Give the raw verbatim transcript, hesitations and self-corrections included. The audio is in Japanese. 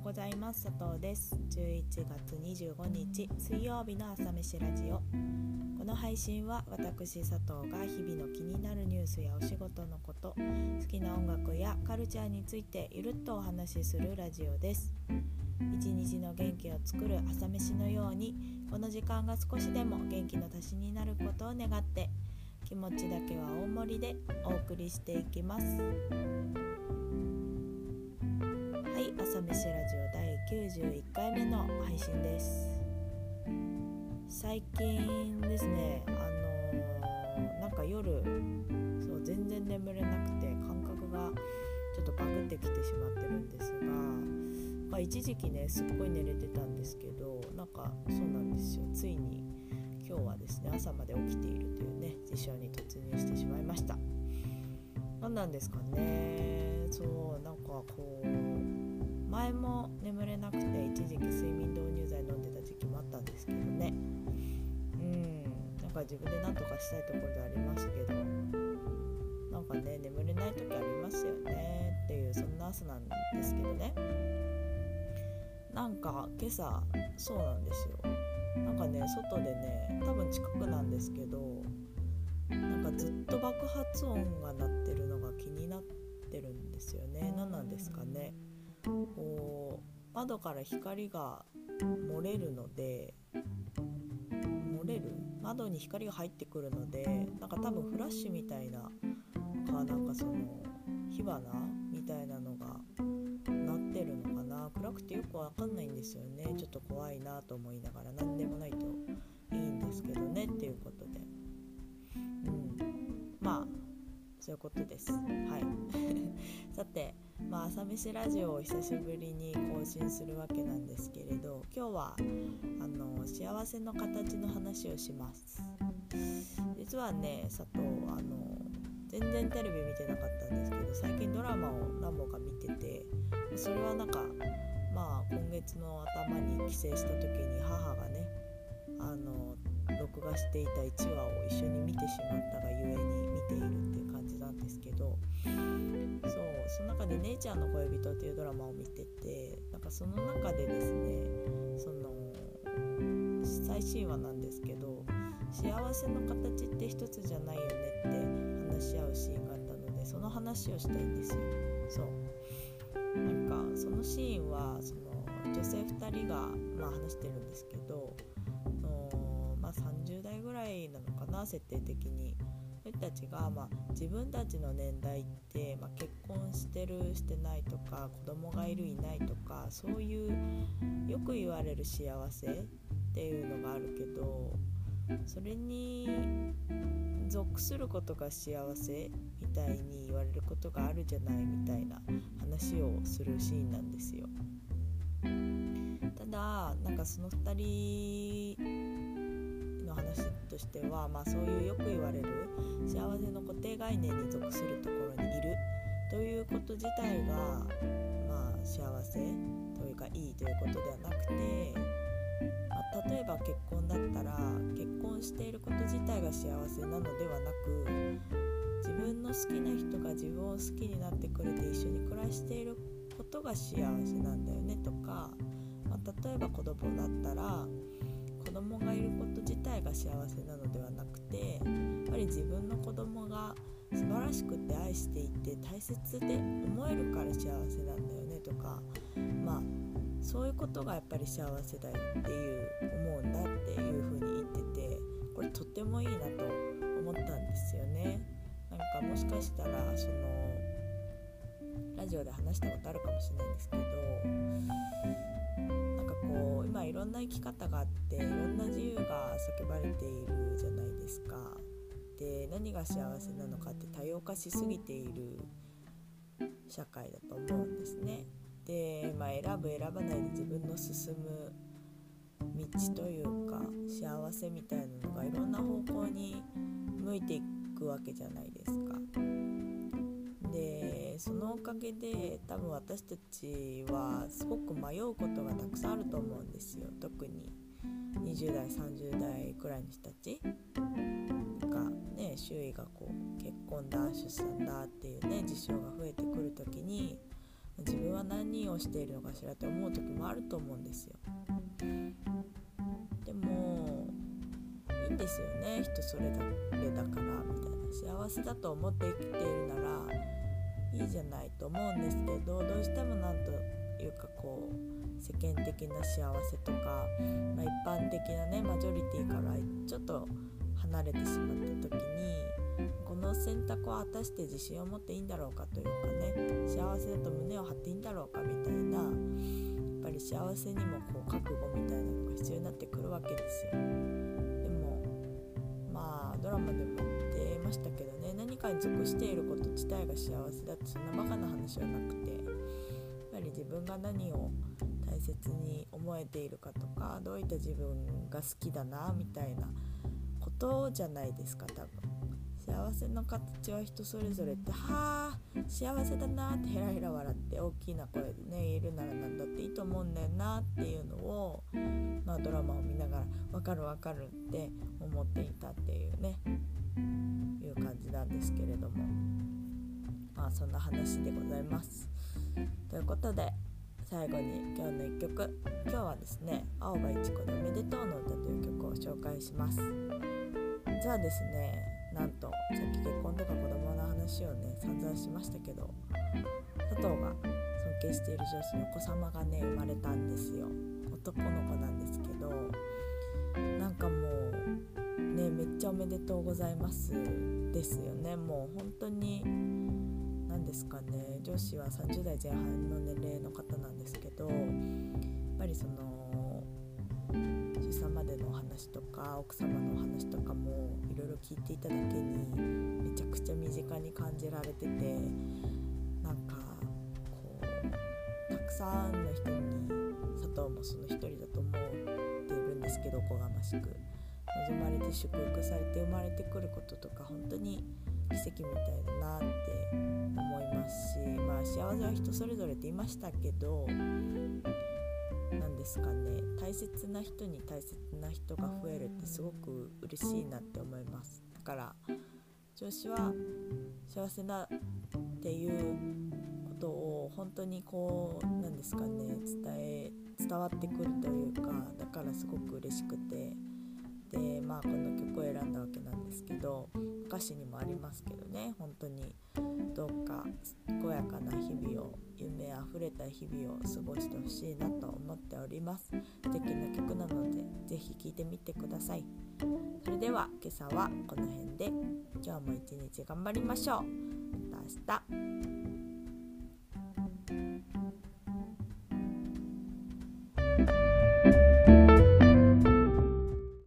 ございます。佐藤です。じゅういちがつにじゅうごにち水曜日の朝飯ラジオ。この配信は私佐藤が日々の気になるニュースやお仕事のこと、好きな音楽やカルチャーについてゆるっとお話しするラジオです。一日の元気を作る朝飯のように、この時間が少しでも元気の足しになることを願って、気持ちだけは大盛りでお送りしていきます。はい、朝飯ラジオだいきゅうじゅういっかいめの配信です。最近ですね、あのー、なんか夜そう全然眠れなくて、感覚がちょっとバグってきてしまってるんですが、まあ、一時期ねすっごい寝れてたんですけど、なんかそうなんですよ、ついに今日はですね朝まで起きているというね事象に突入してしまいました。何なんですかね。そうなんかこう前も眠れなくて一時期睡眠導入剤飲んでた時期もあったんですけどね、うんなんか自分で何とかしたいところでありますけど、なんかね眠れない時ありますよねっていう、そんな朝なんですけどね。なんか今朝そうなんですよ、なんかね外でね、多分近くなんですけど、なんかずっと爆発音が鳴ってるのが気になってるんですよね。何なんですかね。こう窓から光が漏れるので漏れる窓に光が入ってくるので、なんか多分フラッシュみたいなか、なんかその火花みたいなのが鳴ってるのかな。暗くてよくわかんないんですよね。ちょっと怖いなと思いながら、何でもないといいんですけどねっていうことで、うんまあそういうことです。はいさて、まあ、朝飯ラジオを久しぶりに更新するわけなんですけれど、今日はあの幸せの形の話をします。実はね佐藤あの全然テレビ見てなかったんですけど、最近ドラマを何本か見てて、それはなんかまあ今月の頭に帰省した時に母がねあの録画していたいちわを一緒に見てしまったがゆえに見ているっていう感じなんですけど、そうその中で姉ちゃんの恋人っていうドラマを見てて、なんかその中でですね、その最新話なんですけど、幸せの形って一つじゃないよねって話し合うシーンがあったので、その話をしたいんですよ。そうなんかそのシーンはその女性ふたりが、まあ、話してるんですけど、の、まあ、さんじゅうだいぐらいなのかな、設定的に。その人たちが、まあ、自分たちの年代って、まあ、結婚してるしてないとか、子供がいるいないとか、そういうよく言われる幸せっていうのがあるけど、それに属することが幸せみたいに言われることがあるじゃないみたいな話をするシーンなんですよ。ただなんかそのふたりの話としては、まあ、そういうよく言われる幸せの固定概念に属するところにいるということ自体が、まあ、幸せというかいいということではなくて、まあ、例えば結婚だったら結婚していること自体が幸せなのではなく、自分の好きな人が自分を好きになってくれて一緒に暮らしていることが幸せなんだよねとか、まあ、例えば子供だったら子供がいること自体が幸せなのではなくて、やっぱり自分の子供が素晴らしくて愛していて大切で思えるから幸せなんだよねとか、まあそういうことがやっぱり幸せだよっていう思うんだっていう風に言ってて、これとってもいいなと思ったんですよね。なんかもしかしたらそのラジオで話したことあるかもしれないんですけど、なんかこう今いろんな生き方があっていろんな自由が叫ばれているじゃないですか。で何が幸せなのかって多様化しすぎている社会だと思うんですね。で、まあ、選ぶ選ばないで自分の進む道というか幸せみたいなのがいろんな方向に向いていくわけじゃないですか。でそのおかげで多分私たちはすごく迷うことがたくさんあると思うんですよ。特ににじゅうだいさんじゅうだいくらいの人たちがね、周囲がこう結婚だ出産だっていうね事象が増えてくるときに、 自分は何をしているのかしらって思う時もあると思うんですよ。でもいいんですよね、人それぞれだからみたいな。幸せだと思って生きているならいいじゃないと思うんですけど、どうしてもなんというかこう世間的な幸せとか、まあ、一般的なねマジョリティからちょっと離れてしまった時に、この選択は果たして自信を持っていいんだろうかというかね、幸せだと胸を張っていいんだろうかみたいな、やっぱり幸せにもこう覚悟みたいなのが必要になってくるわけですよ。でもまあドラマでも言ってましたけどね、何かに属していること自体が幸せだってそんなバカな話はなくて、やっぱり自分が何を大切に思えているかとか、どういった自分が好きだなみたいなことじゃないですか。多分幸せの形は人それぞれって、はあ幸せだなってヘラヘラ笑って大きな声でね言えるならなんだっていいと思うんだよなっていうのを、まあドラマを見ながらわかるわかるって思っていたっていうねいう感じなんですけれども、まあそんな話でございます。ということで最後に今日のいっきょく、今日はですね青葉一子でおめでとうの歌という曲を紹介します。実はですね、なんとさっき結婚とか子供の話をね散々しましたけど、佐藤が尊敬している上司のお子様がね生まれたんですよ。男の子なんですけど、なんかもうねめっちゃおめでとうございますですよね。もう本当に何ですかね、上司はさんじゅうだいぜん半の年齢の方なんですけど、やっぱりその出産までのお話とか奥様のお話とかもいろいろ聞いていただけにめちゃくちゃ身近に感じられてて、なんかこうたくさんの人に佐藤もその一人だと思っているんですけど、おこがましく望まれて祝福されて生まれてくることとか本当に奇跡みたいだなって思いますし、まあ幸せは人それぞれって言いましたけど、なんですかね、大切な人に大切な人が増えるってすごく嬉しいなって思います。だから上司は幸せだっていうことを本当にこうなんですかね伝え伝わってくるというか、だからすごく嬉しくて、でまあこの曲を選んだわけなんですけど、歌詞にもありますけどね、本当にどうか健やかな日々を、夢あふれた日々を過ごしてほしいなと思っております。素敵な曲なのでぜひ聴いてみてください。それでは今朝はこの辺で、今日も一日頑張りましょう。また明日。